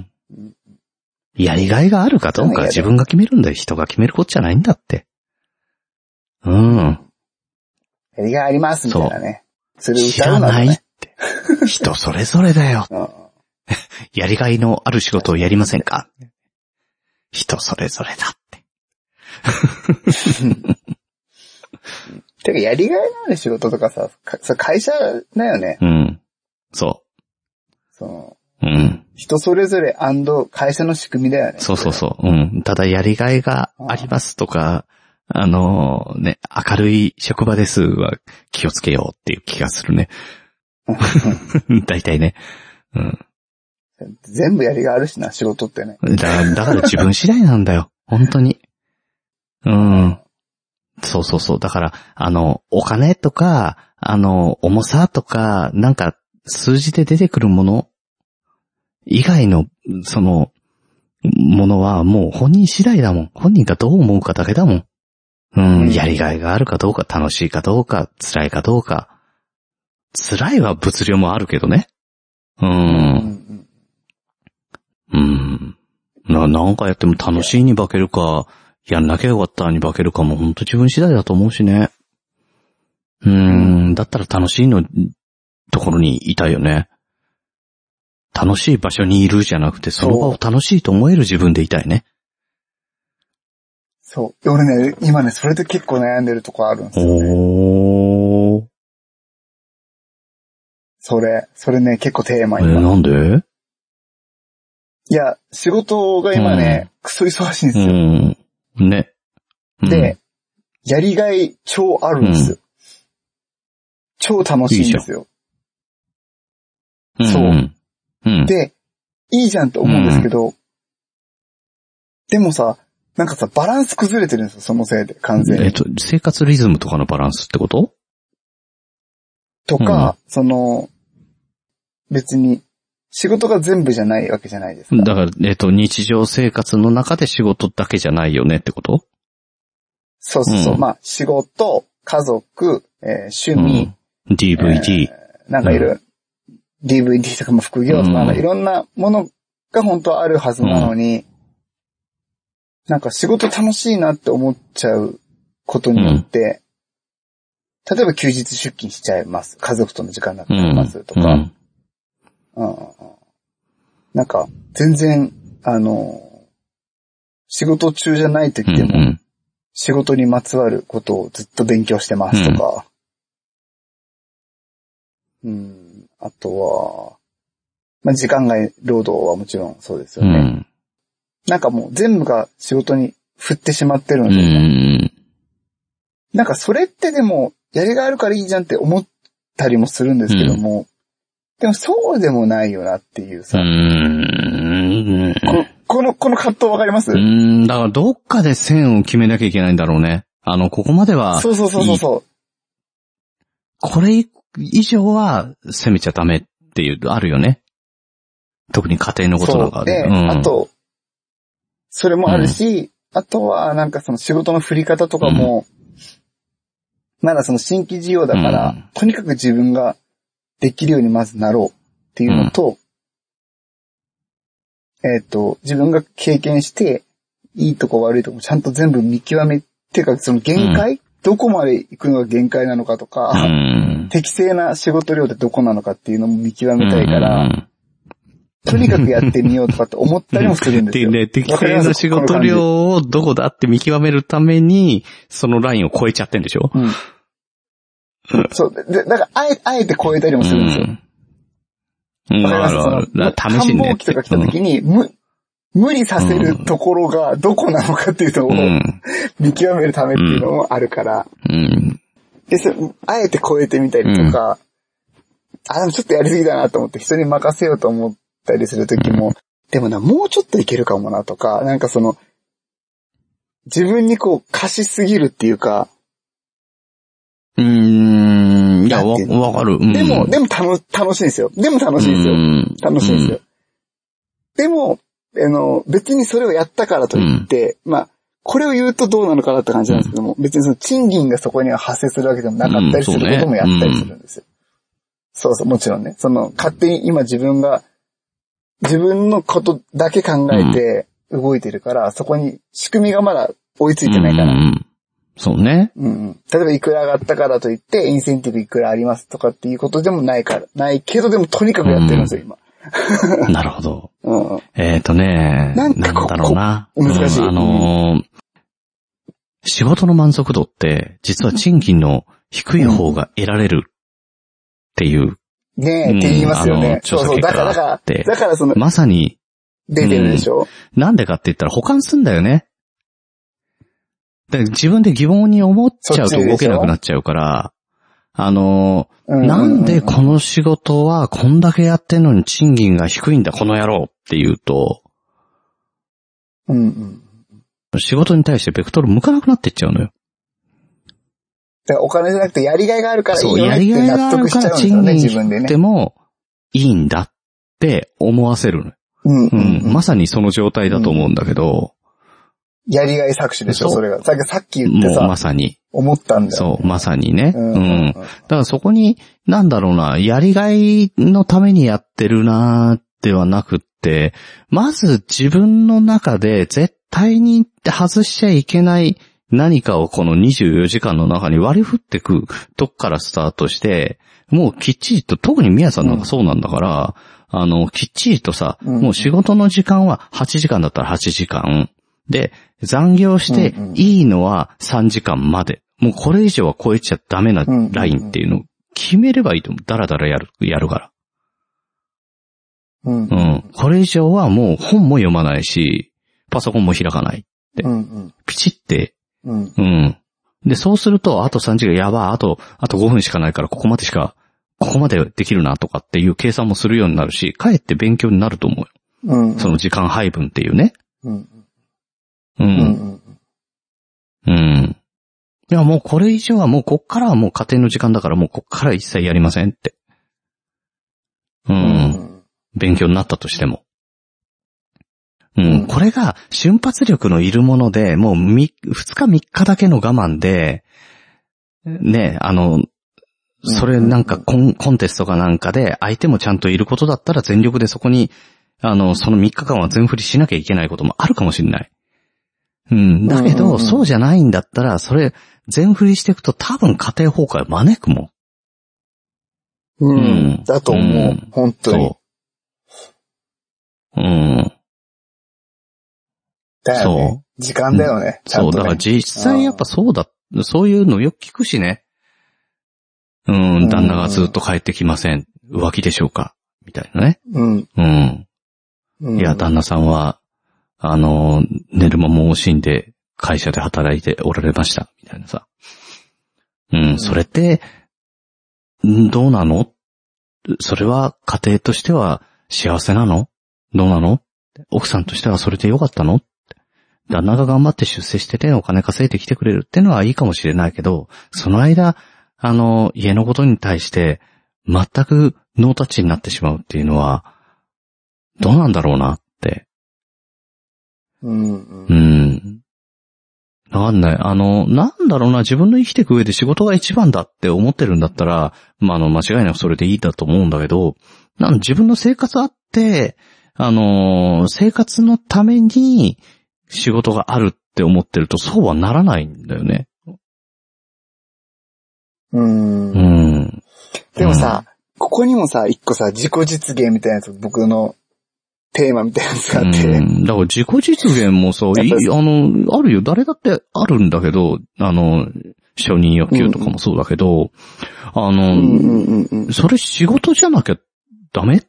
やりがいがあるかどうか自分が決めるんだよ。人が決めることじゃないんだって。うん。 やりがいありますみたいなね。 それ歌うな、ね。知らないって。人それぞれだよ。うん、やりがいのある仕事をやりませんか？人それぞれだって。 てか、やりがいのある仕事とかさ、会社だよね。 うん。そう。 そう。 うん。 人それぞれ&会社の仕組みだよね。 そうそうそう。うん。ただやりがいがありますとか、あのー、ね、明るい職場ですは気をつけようっていう気がするね。大体ね。うん。 全部やりがあるしな、仕事ってね。 だ、だから自分次第なんだよ。本当に。うん。そうそうそう。だから、あの、お金とか、あの、重さとか、なんか、数字で出てくるもの以外の、その、ものはもう本人次第だもん。本人がどう思うかだけだもん。うん、うん、やりがいがあるかどうか、楽しいかどうか、辛いかどうか。辛いは物量もあるけどね。うん。うん。な、なんかやっても楽しいに化けるか、やんなきゃよかったに化けるかもほんと自分次第だと思うしね。うーん、だったら楽しいのところにいたいよね。楽しい場所にいるじゃなくて、その場を楽しいと思える自分でいたいね。 そう。俺ね、今ね、それで結構悩んでるとこあるんですよね。 おー。 それ、それね、結構テーマえー、 今。 なんで？ いや、仕事が今ね、うん、クソ忙しいんですよ。 うん。ね。 うん、で、やりがい超あるんですよ。うん、超楽しいんですよ。 いいそう。うんうん、 で、いいじゃんと思うんですけど、うん、でもさ、なんかさ、バランス崩れてるんですよ、そのせいで、完全に。 えっと、生活リズムとかのバランスってこと？ とか、うん、その、別に、仕事が全部じゃないわけじゃないですか。 だから、えっと、日常生活の中で仕事だけじゃないよねってこと？ そうそうそう。うん、まあ、仕事、家族、えー、趣味、 うん、ディーブイディー、 えー。なんかいる、うん、ディーブイディー とかも副業とか、うん、いろんなものが本当はあるはずなのに、うん、なんか仕事楽しいなって思っちゃうことによって、うん、例えば休日出勤しちゃいます。家族との時間になってますとか、うんうん、なんか全然、あの、仕事中じゃない時でも、うんうん、仕事にまつわることをずっと勉強してますとか、うん、うん、あとは、まあ、時間外労働はもちろんそうですよね。うん、なんかもう全部が仕事に振ってしまってるんですよね。うん、なんかそれってでも、やりがいあるからいいじゃんって思ったりもするんですけども、うん、でもそうでもないよなっていうさ。うーんこ, この、この葛藤わかります？うーん、だからどっかで線を決めなきゃいけないんだろうね。あの、ここまでは。 そうそうそうそう。 これ以上は攻めちゃダメっていう、あるよね。特に家庭のことなんかで。そうで、うん、あと、それもあるし、うん、あとはなんかその仕事の振り方とかも、うん、まだその新規事業だから、うん、とにかく自分ができるようにまずなろうっていうのと、うん、えっと、自分が経験して、いいとこ悪いとこちゃんと全部見極め、っていうかその限界、うん、どこまで行くのが限界なのかとか、うん、適正な仕事量ってどこなのかっていうのも見極めたいから、うん、とにかくやってみようとかって思ったりもするんですよ。 で、適正な仕事量をどこだって見極めるために、そのラインを超えちゃってんでしょ？うんそう。で、だから、あえ、あえて超えたりもするんですよ。 うん。わかります。その、試しにね。 繁忙期とか来た時に、うん、無、無理させるところがどこなのかっていうのを、うん、見極めるためっていうのもあるから。うん。で、そあえて超えてみたりとか、うん、あ、でもちょっとやりすぎだなと思って人に任せようと思ったりする時も、うん、でもな、もうちょっといけるかもなとか、なんかその、自分にこう、貸しすぎるっていうか、 うーん。いや、わ、わかる。うん、 でも、でも楽、楽しいんですよ。でも楽しいんですよ。楽しいんですよ。でも、あの、別にそれをやったからといって、うん、まあ、これを言うとどうなのかなって感じなんですけども、うん、別にその賃金がそこには発生するわけでもなかったりすることもやったりするんですよ。うん、そうそう、もちろんね。その、勝手に今自分が、自分のことだけ考えて動いてるから、うん、そこに仕組みがまだ追いついてないから。うんそうね。 うん。例えばいくら上がったからといって、インセンティブいくらありますとかっていうことでもないから、ないけどでもとにかくやってるんですよ、うん、 今。なるほど。うん、えっ、ー、とね、なんかなんだろうな。 難しい。 うん、あのー、仕事の満足度って、実は賃金の低い方が得られるっていう。 うん、ねえ、って言いますよね。 そうそう、 だから、だから、だからその、 まさに、 出てるでしょ、 うん、なんでかって言ったら保管すんだよね。自分で疑問に思っちゃうと動けなくなっちゃうから、あの、うんうんうん、なんでこの仕事はこんだけやってんのに賃金が低いんだ、この野郎って言うと、 うんうん、 仕事に対してベクトル向かなくなっていっちゃうのよ。 だからお金じゃなくてやりがいがあるからいいよねって納得しちゃうんですよね、自分でね。 でもいいんだって思わせるのよ。 うんうんうんうん、まさにその状態だと思うんだけど、 うん、やりがい搾取でしょ、それが。さっき、さっき言ってさ。 もうまさに。 思ったんだよ、ね。 そう、まさにね。うん。うん、 だからそこに、なんだろうな、やりがいのためにやってるなーではなくって、まず自分の中で絶対に外しちゃいけない何かをこのにじゅうよじかんの中に割り振ってくとこからスタートして、もうきっちりと、特に宮さんなんかそうなんだから、うん、あの、きっちりとさ、うん、もう仕事の時間ははちじかんだったらはちじかん。 で、残業していいのはさんじかんまで。もうこれ以上は超えちゃダメなラインっていうのを決めればいいと思う。だらだらやる、やるから。 うん。 うん。これ以上はもう本も読まないし、パソコンも開かないって。 うんうん、 ピチって、 うん。 うん。で、そうすると、あとさんじかん、やばい、あと、あとごふんしかないから、ここまでしか、ここまでできるなとかっていう計算もするようになるし、かえって勉強になると思うよ。 うんうん、 その時間配分っていうね。 うん。 うん。うん。うん。いや、もうこれ以上はもうこっからはもう家庭の時間だからもうこっから一切やりませんって。うん。うん、勉強になったとしても。うん。うん、これが瞬発力のいるもので、もうみ、二日三日だけの我慢で、ね、あの、それなんかコン、コンテストかなんかで相手もちゃんといることだったら全力でそこに、あの、そのみっかかんは全振りしなきゃいけないこともあるかもしれない。うん。だけど、うんうんうん、そうじゃないんだったら、それ、全振りしていくと多分家庭崩壊を招くもん。うん。うん、だと思う。うん、本当に。そう。 うん。 だよね。そう。時間だよね。ちゃんとね、 そう。だから実際やっぱそうだ、そういうのよく聞くしね。うん、旦那がずっと帰ってきません。浮気でしょうかみたいなね。 うん。 うん。いや、旦那さんは、あの、寝る間も惜しんで会社で働いておられました。みたいなさ。うん、それって、どうなの？それは家庭としては幸せなの？どうなの？奥さんとしてはそれでよかったの？旦那が頑張って出世しててお金稼いできてくれるってのはいいかもしれないけど、その間、あの、家のことに対して全くノータッチになってしまうっていうのは、どうなんだろうなって。 うん、うん。 うん。わかんない。あの、なんだろうな、自分の生きていく上で仕事が一番だって思ってるんだったら、まあ、あの、間違いなくそれでいいだと思うんだけど、なん自分の生活あって、あの、生活のために仕事があるって思ってると、そうはならないんだよね。 うーん。 うん。 でもさ、うん、ここにもさ、一個さ、自己実現みたいなやつ、僕のテーマみたいなやつがあって。 うん。だから自己実現もさ、いあの、あるよ。誰だってあるんだけど、あの、承認欲求とかもそうだけど、うん、あの、 うんうんうんうん、 それ仕事じゃなきゃダメって。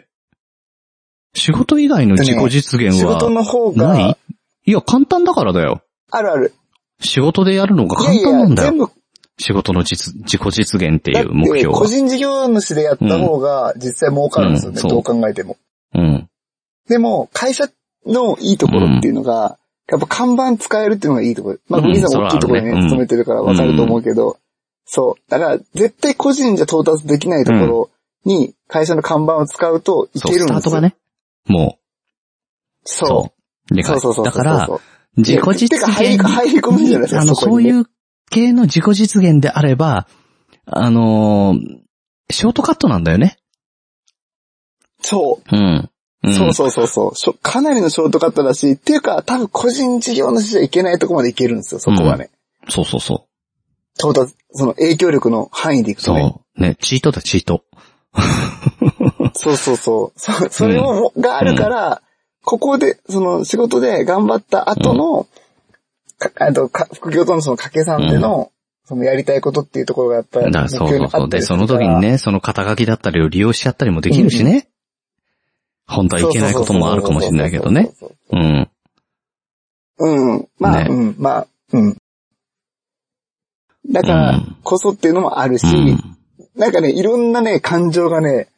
仕事以外の自己実現はない？仕事の方が。いや、簡単だからだよ。 あるある。 仕事でやるのが簡単なんだよ。 いやいや全部仕事の実、自己実現っていう目標は。 個人事業主でやった方が実際儲かるんですよね、うん、どう考えても。 うん。 でも、会社のいいところっていうのが、うん、やっぱ看板使えるっていうのがいいところ。まあ、グリーンさん大きいところにね、勤めてるからわかると思うけど、うん、そう。だから、絶対個人じゃ到達できないところに、会社の看板を使うといけるんですよ。そう、スタートがね。 もう。 そう。 でかい。 そうそうそうそう。 だから、自己実現。 入り込むじゃないですか、 あの、そこにね、そういう系の自己実現であれば、あのー、ショートカットなんだよね。 そう。 うん。うん、 そうそうそうそう。かなりのショートカットだし、っていうか、多分個人事業主じゃいけないとこまでいけるんですよ、そこはね。 うん、そうそうそう。 到達、その影響力の範囲でいくとね。 そう。ね、チートだ、チート。 そうそうそう。そ, それも、うん、があるから、うん、ここで、その仕事で頑張った後の、うん、あと副業とのその掛け算での、うん、そのやりたいことっていうところがやっぱり目標にあったりするから。そうそうそう。で、 その時にね、その肩書きだったりを利用しちゃったりもできるしね。うん、本当はいけないこともあるかもしれないけどね。うん。 うん。まあ、ね、うん、まあ、うん。だからこそっていうのもあるし、うん、なんかね、いろんなね、感情がね、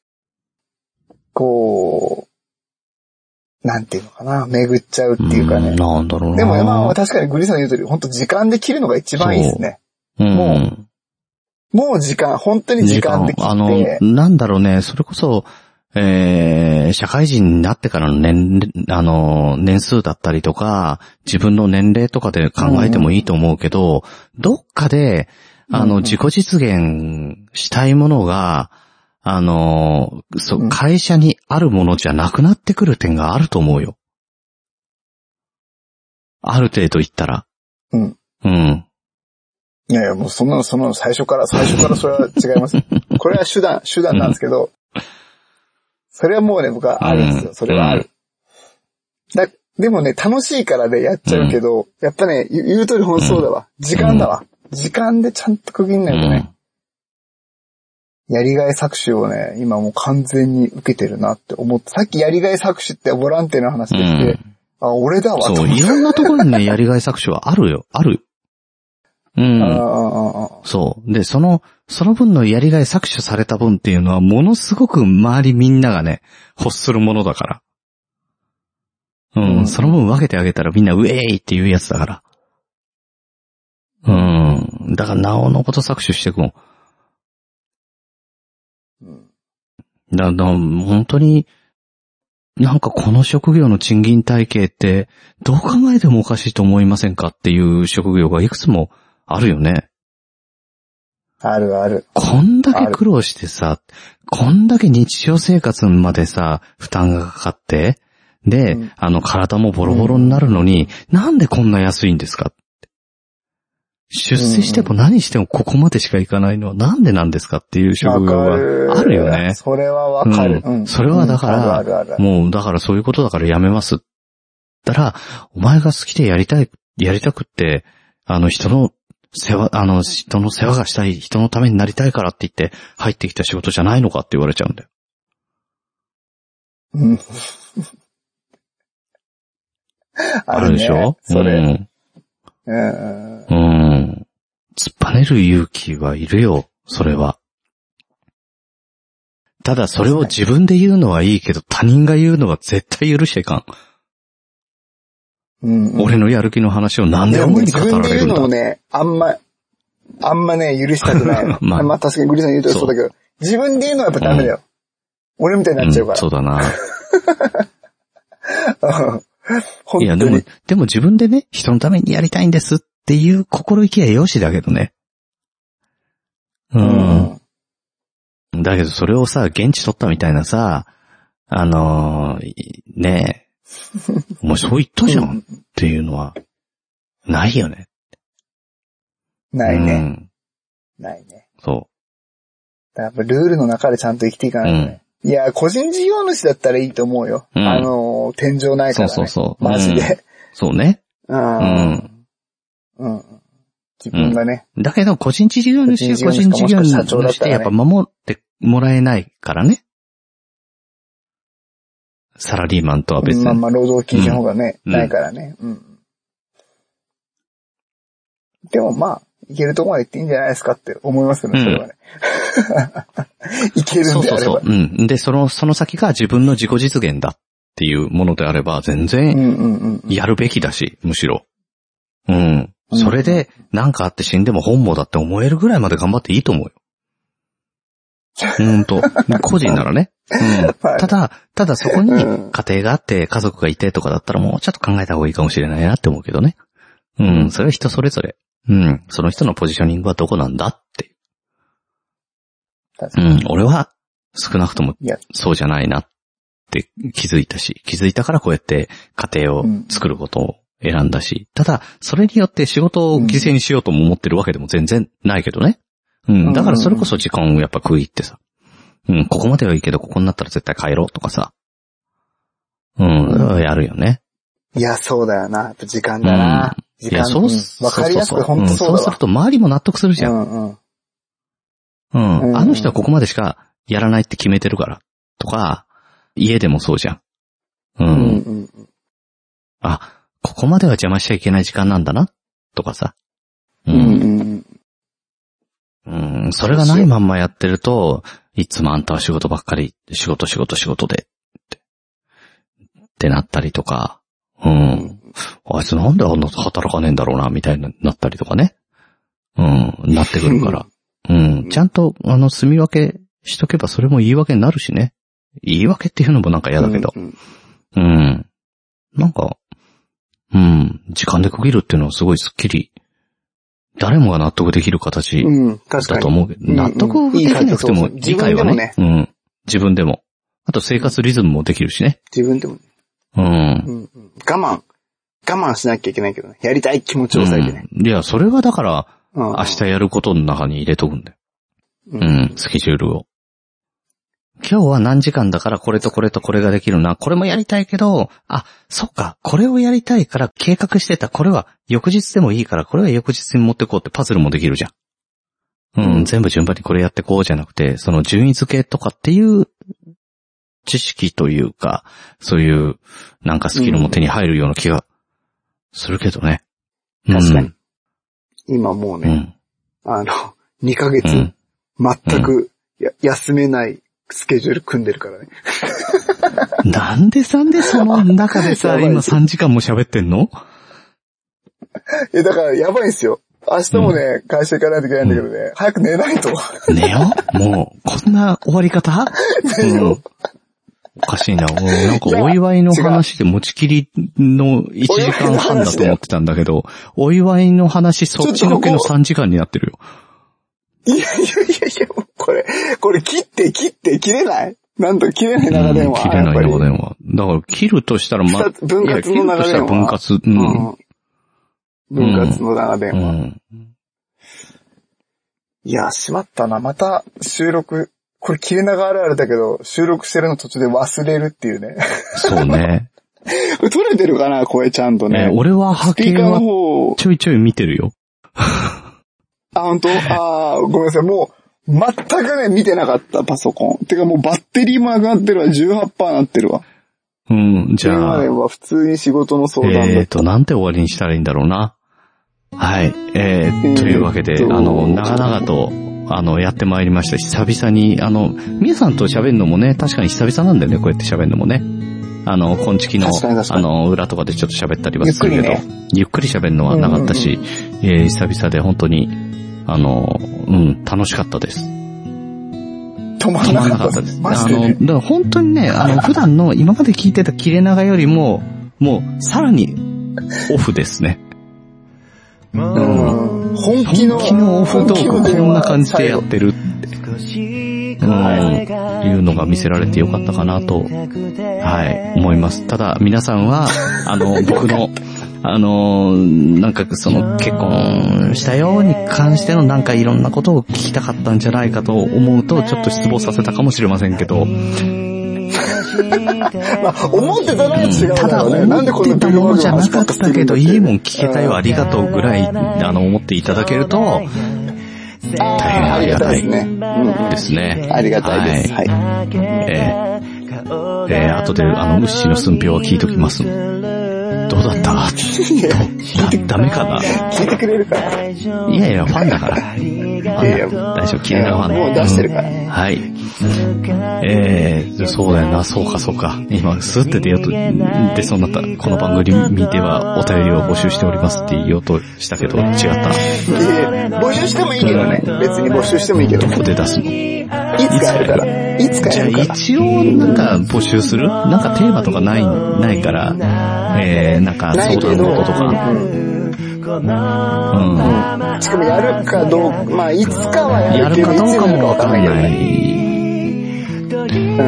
こう、なんていうのかな、巡っちゃうっていうかね。 うん、なんだろうな。 でもまあ確かにグリーンさんの言う通り、本当時間で切るのが一番いいですね。 うん、 もう、もう時間、本当に時間で切って。 あの、なんだろうね、それこそ、えー、社会人になってからの年、あの、年数だったりとか、自分の年齢とかで考えてもいいと思うけど、うん、どっかで、あの、自己実現したいものが、あの、そう、会社にあるものじゃなくなってくる点があると思うよ。ある程度言ったら。 うん。 うん。 いやいや、もうそんなの、そんなの最初から、最初からそれは違います。これは手段、手段なんですけど、それはもうね、僕はあるんですよ。それはある。だ、 でもね、楽しいからね、やっちゃうけど、うん、やっぱね、言う通りほんとそうだわ。時間だわ。うん、時間でちゃんと区切んないとね、うん、やりがい搾取をね、今もう完全に受けてるなって思って、さっきやりがい搾取ってボランティアの話できて、うん、あ、俺だわと思って。 そう、いろんなところにね、やりがい搾取はあるよ、ある。うん。あそう。で、その、その分のやりがい搾取された分っていうのは、ものすごく周りみんながね、欲するものだから。うん、うん、その分分けてあげたらみんなウェーイっていうやつだから。うん。だからなおのこと搾取していくもん。うん。だから本当に、なんかこの職業の賃金体系ってどう考えてもおかしいと思いませんかっていう職業がいくつもあるよね。 あるある。 こんだけ苦労してさ、こんだけ日常生活までさ、負担がかかって、で、うん、あの体もボロボロになるのに、うん、なんでこんな安いんですかって。出世しても何してもここまでしかいかないのはなんでなんですかっていう職業があるよね。 それはわかる、 うん。それはだから、うん、あるあるあるもうだからそういうことだからやめます。ったら、お前が好きでやりたい、やりたくって、あの人の世話、あの人の世話がしたい、人のためになりたいからって言って入ってきた仕事じゃないのかって言われちゃうんだよ。 うん。 あるでしょ？ それ。 うん。うん。突っぱねる勇気はいるよ、それは。ただそれを自分で言うのはいいけど、他人が言うのは絶対許しちゃいかん。うんうん、俺のやる気の話を何でお前に語られるんだ。自分で言うのもね、あんま、あんまね、許したくない。まあ、まあ確かにグリさん言うとそうだけど、自分で言うのはやっぱダメだよ。うん、俺みたいになっちゃうから。うん、 そうだな。いや、でも、でも自分でね、人のためにやりたいんですっていう心意気はよしだけどね。うん。うん、だけどそれをさ、現地取ったみたいなさ、あのー、ねえ、お前そう言ったじゃんっていうのは、ないよね。 ないね。うん、ないね。 そう。 やっぱルールの中でちゃんと生きていかないとね。うん、いや、個人事業主だったらいいと思うよ。うん、あのー、天井ないからね。 そうそうそう。 マジで。 うん、そうね。 うん。うん。自分がね。 うん、だけど、個人事業主は個人事業主としてやっぱ守ってもらえないからね。サラリーマンとは別に。 まあまあ、労働基準法がね、うん、ないからね。うん。でもまあ、いけるとこまで行っていいんじゃないですかって思いますけどね、それはね。いけるんであれば。そうそうそう。 うん。で、その、その先が自分の自己実現だっていうものであれば、全然、やるべきだし、むしろ。うん。それで、なんかあって死んでも本望だって思えるぐらいまで頑張っていいと思うよ。うんと、個人ならね。うん。ただ、ただそこに家庭があって家族がいてとかだったらもうちょっと考えた方がいいかもしれないなって思うけどね。うん。それは人それぞれ。うん。その人のポジショニングはどこなんだっていう。うん。俺は少なくともそうじゃないなって気づいたし、気づいたからこうやって家庭を作ることを選んだし、ただそれによって仕事を犠牲にしようとも思ってるわけでも全然ないけどね。うん。だからそれこそ時間をやっぱ食い入ってさ。うん。ここまではいいけどここになったら絶対帰ろうとかさ。うん。やるよね。いや、そうだよな。やっぱ時間だな。うん、時間。いや、そうす、わかりやすく本当そうだわ、 うん。そうすると周りも納得するじゃん。うんうん。うん。うん、あの人はここまでしかやらないって決めてるから。とか、家でもそうじゃん。うん。うんうん、あ、ここまでは邪魔しちゃいけない時間なんだな。とかさ。うん。うんうんうん、それがないまんまやってると、いつもあんたは仕事ばっかり、仕事仕事仕事で、って、ってなったりとか、うん。あいつなんであんな働かねえんだろうな、みたいになったりとかね。うん、なってくるから。うん、ちゃんと、あの、住み分けしとけばそれも言い訳になるしね。言い訳っていうのもなんか嫌だけど。うん。うん、なんか、うん、時間で区切るっていうのはすごいスッキリ、誰もが納得できる形だと思うけど、うん、納得できなくても理解はね、うん、自分でも。あと生活リズムもできるしね。 自分でも。 うん。うん、 我慢、我慢しなきゃいけないけどね。やりたい気持ちを抑えてね。 うん、いや、それはだから、明日やることの中に入れとくんだよ。うん、うん、スケジュールを。 今日は何時間だからこれとこれとこれができるな。これもやりたいけど、あ、そっか、これをやりたいから計画してた。これは翌日でもいいから、これは翌日に持ってこうってパズルもできるじゃん。うん、うん、全部順番にこれやってこうじゃなくて、その順位付けとかっていう知識というか、そういうなんかスキルも手に入るような気がするけどね。 うん、確かに。今もうね、うん、あの、にかげつ、全くや、うん、休めないスケジュール組んでるからね。 なんでさんでその中でさ、今さんじかんも喋ってんの？ え、だからやばいんですよ。明日もね、うん、会社行かないといけないんだけどね、うん、早く寝ないと。 寝よ？もう、こんな終わり方？寝よ。うん、おかしいな。なんかお祝いの話で持ちきりのいちじかんはんだと思ってたんだけど、お祝いの話そっちのけのさんじかんになってるよ。 いやいやいやいや、これ、これ切って切って切れない？なんと切れない長電話。 うん、切れない長電話。だから切るとしたらま、 分割の長電話。 分割、うん。 分割の長電話。うん、いや、しまったな。また収録、これ切れ長あるあるだけど、収録してるの途中で忘れるっていうね。 そうね。 これ撮れてるかな、声ちゃんとね。 えー、俺は波形はちょいちょい見てるよ。 あ、本当？ああ、ごめんなさい。もう、全くね、見てなかった、パソコン。てかもうバッテリーも上がってるわ。じゅうはちパーセント なってるわ。 うん、じゃあ。 今は普通に仕事の相談だった。 えっと、なんて終わりにしたらいいんだろうな。はい。えー、というわけで、あの、長々と、あの、やってまいりました。久々に、あの、皆さんと喋るのもね、確かに久々なんだよね、こうやって喋るのもね。あの、今月の、あの、裏とかでちょっと喋ったりはするけど、ゆっくりね、ゆっくり喋るのはなかったし、うんうんうん、えー、久々で本当に、あの、うん、楽しかったです。 止まらなかったです。 あの、だから本当にね、あの、普段の今まで聞いてた切れ長よりも、もう、さらに、オフですね。 うん、本気の、 本気のオフトークこんな感じでやってるって、うん、いうのが見せられてよかったかなと、はい、思います。ただ、皆さんは、あの、僕の、あの、なんかその結婚したように関してのなんかいろんなことを聞きたかったんじゃないかと思うと、ちょっと失望させたかもしれませんけど、 まあ、思ってたのは違う、ね、 ただ思ってたものじゃなかったけど、いいもん聞けたよ、ありがとうぐらい、あの、思っていただけると、大変ありがたいですね。 ありがたいです。はい。 はい、えー、えー、後で、あの、ウッシーの寸評は聞いときます。どうだったダメかな聞いてくれるかな。 いやいや、ファンだから。いやいや、大丈夫、切れ長ファンだ。 もう出してるから。うん、 はい。えー、そうだよな、そうかそうか。今、スーって出ようと、出そうになった。この番組ではお便りを募集しておりますって言おうとしたけど、違った。いやいや、募集してもいいけどね。別に募集してもいいけど。 どこで出すの？ いつかやるから。いつかやるから。 じゃあ一応、なんか募集する？なんかテーマとかない、ないから、えー、なんか相談のこととか。うん。 しかもやるかどうか、まあいつかはやるけど、 やるかどうかもわかんない。 うん。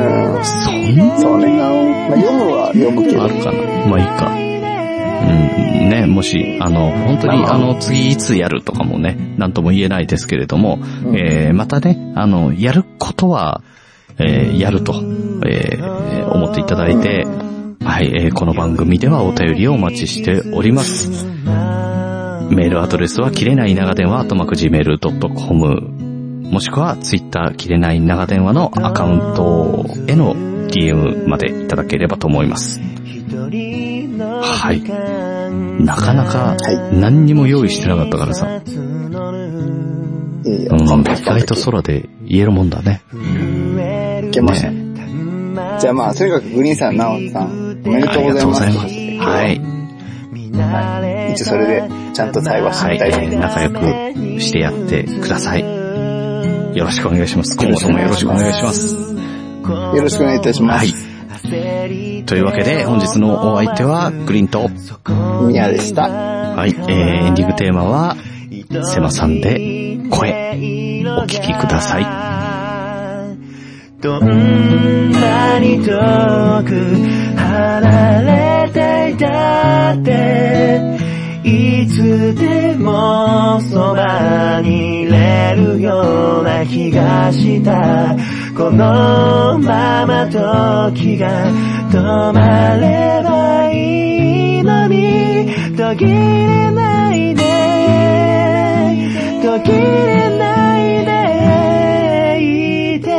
そんなそうね。まあ読むは読むけど。 あるかな。まあいいか。うん。ね、もし、あの、本当に、あの、次いつやるとかもね、なんとも言えないですけれども、うん、えー、またね、あの、やることは、えー、やると、えー、思っていただいて、はい、えー、この番組ではお便りをお待ちしております。メールアドレスは、切れない長電話、アットマークジーメールドットコム、もしくは、ツイッター、切れない長電話のアカウントへの ディーエム までいただければと思います。はい。なかなか、何にも用意してなかったからさ。はい、うん、意外と空で言えるもんだね。 いけました。ね、じゃあまあ、とにかくグリーンさん、ナオさん、おめでとうございます。 ありがとうございます。はい。 はい。一応それで、ちゃんと対話してみたいと思います。 はい、仲良くしてやってください。よろしくお願いします。今後ともよろしくお願いします。 よろしくお願いいたします。はい。 というわけで、本日のお相手は、グリーンと、 ミヤでした。 はい、えー、エンディングテーマは、セマさんで、声、お聞きください。どんなに遠く離れていたって、いつでもそばにいれるような気がした。 このまま時が止まればいいのに途切れないで途切れないでいて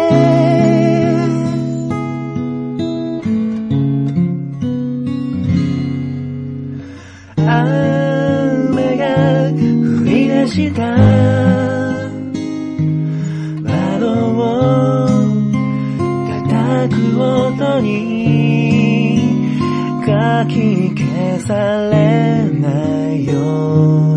雨が降り出した窓を叩く音にかき消されないよ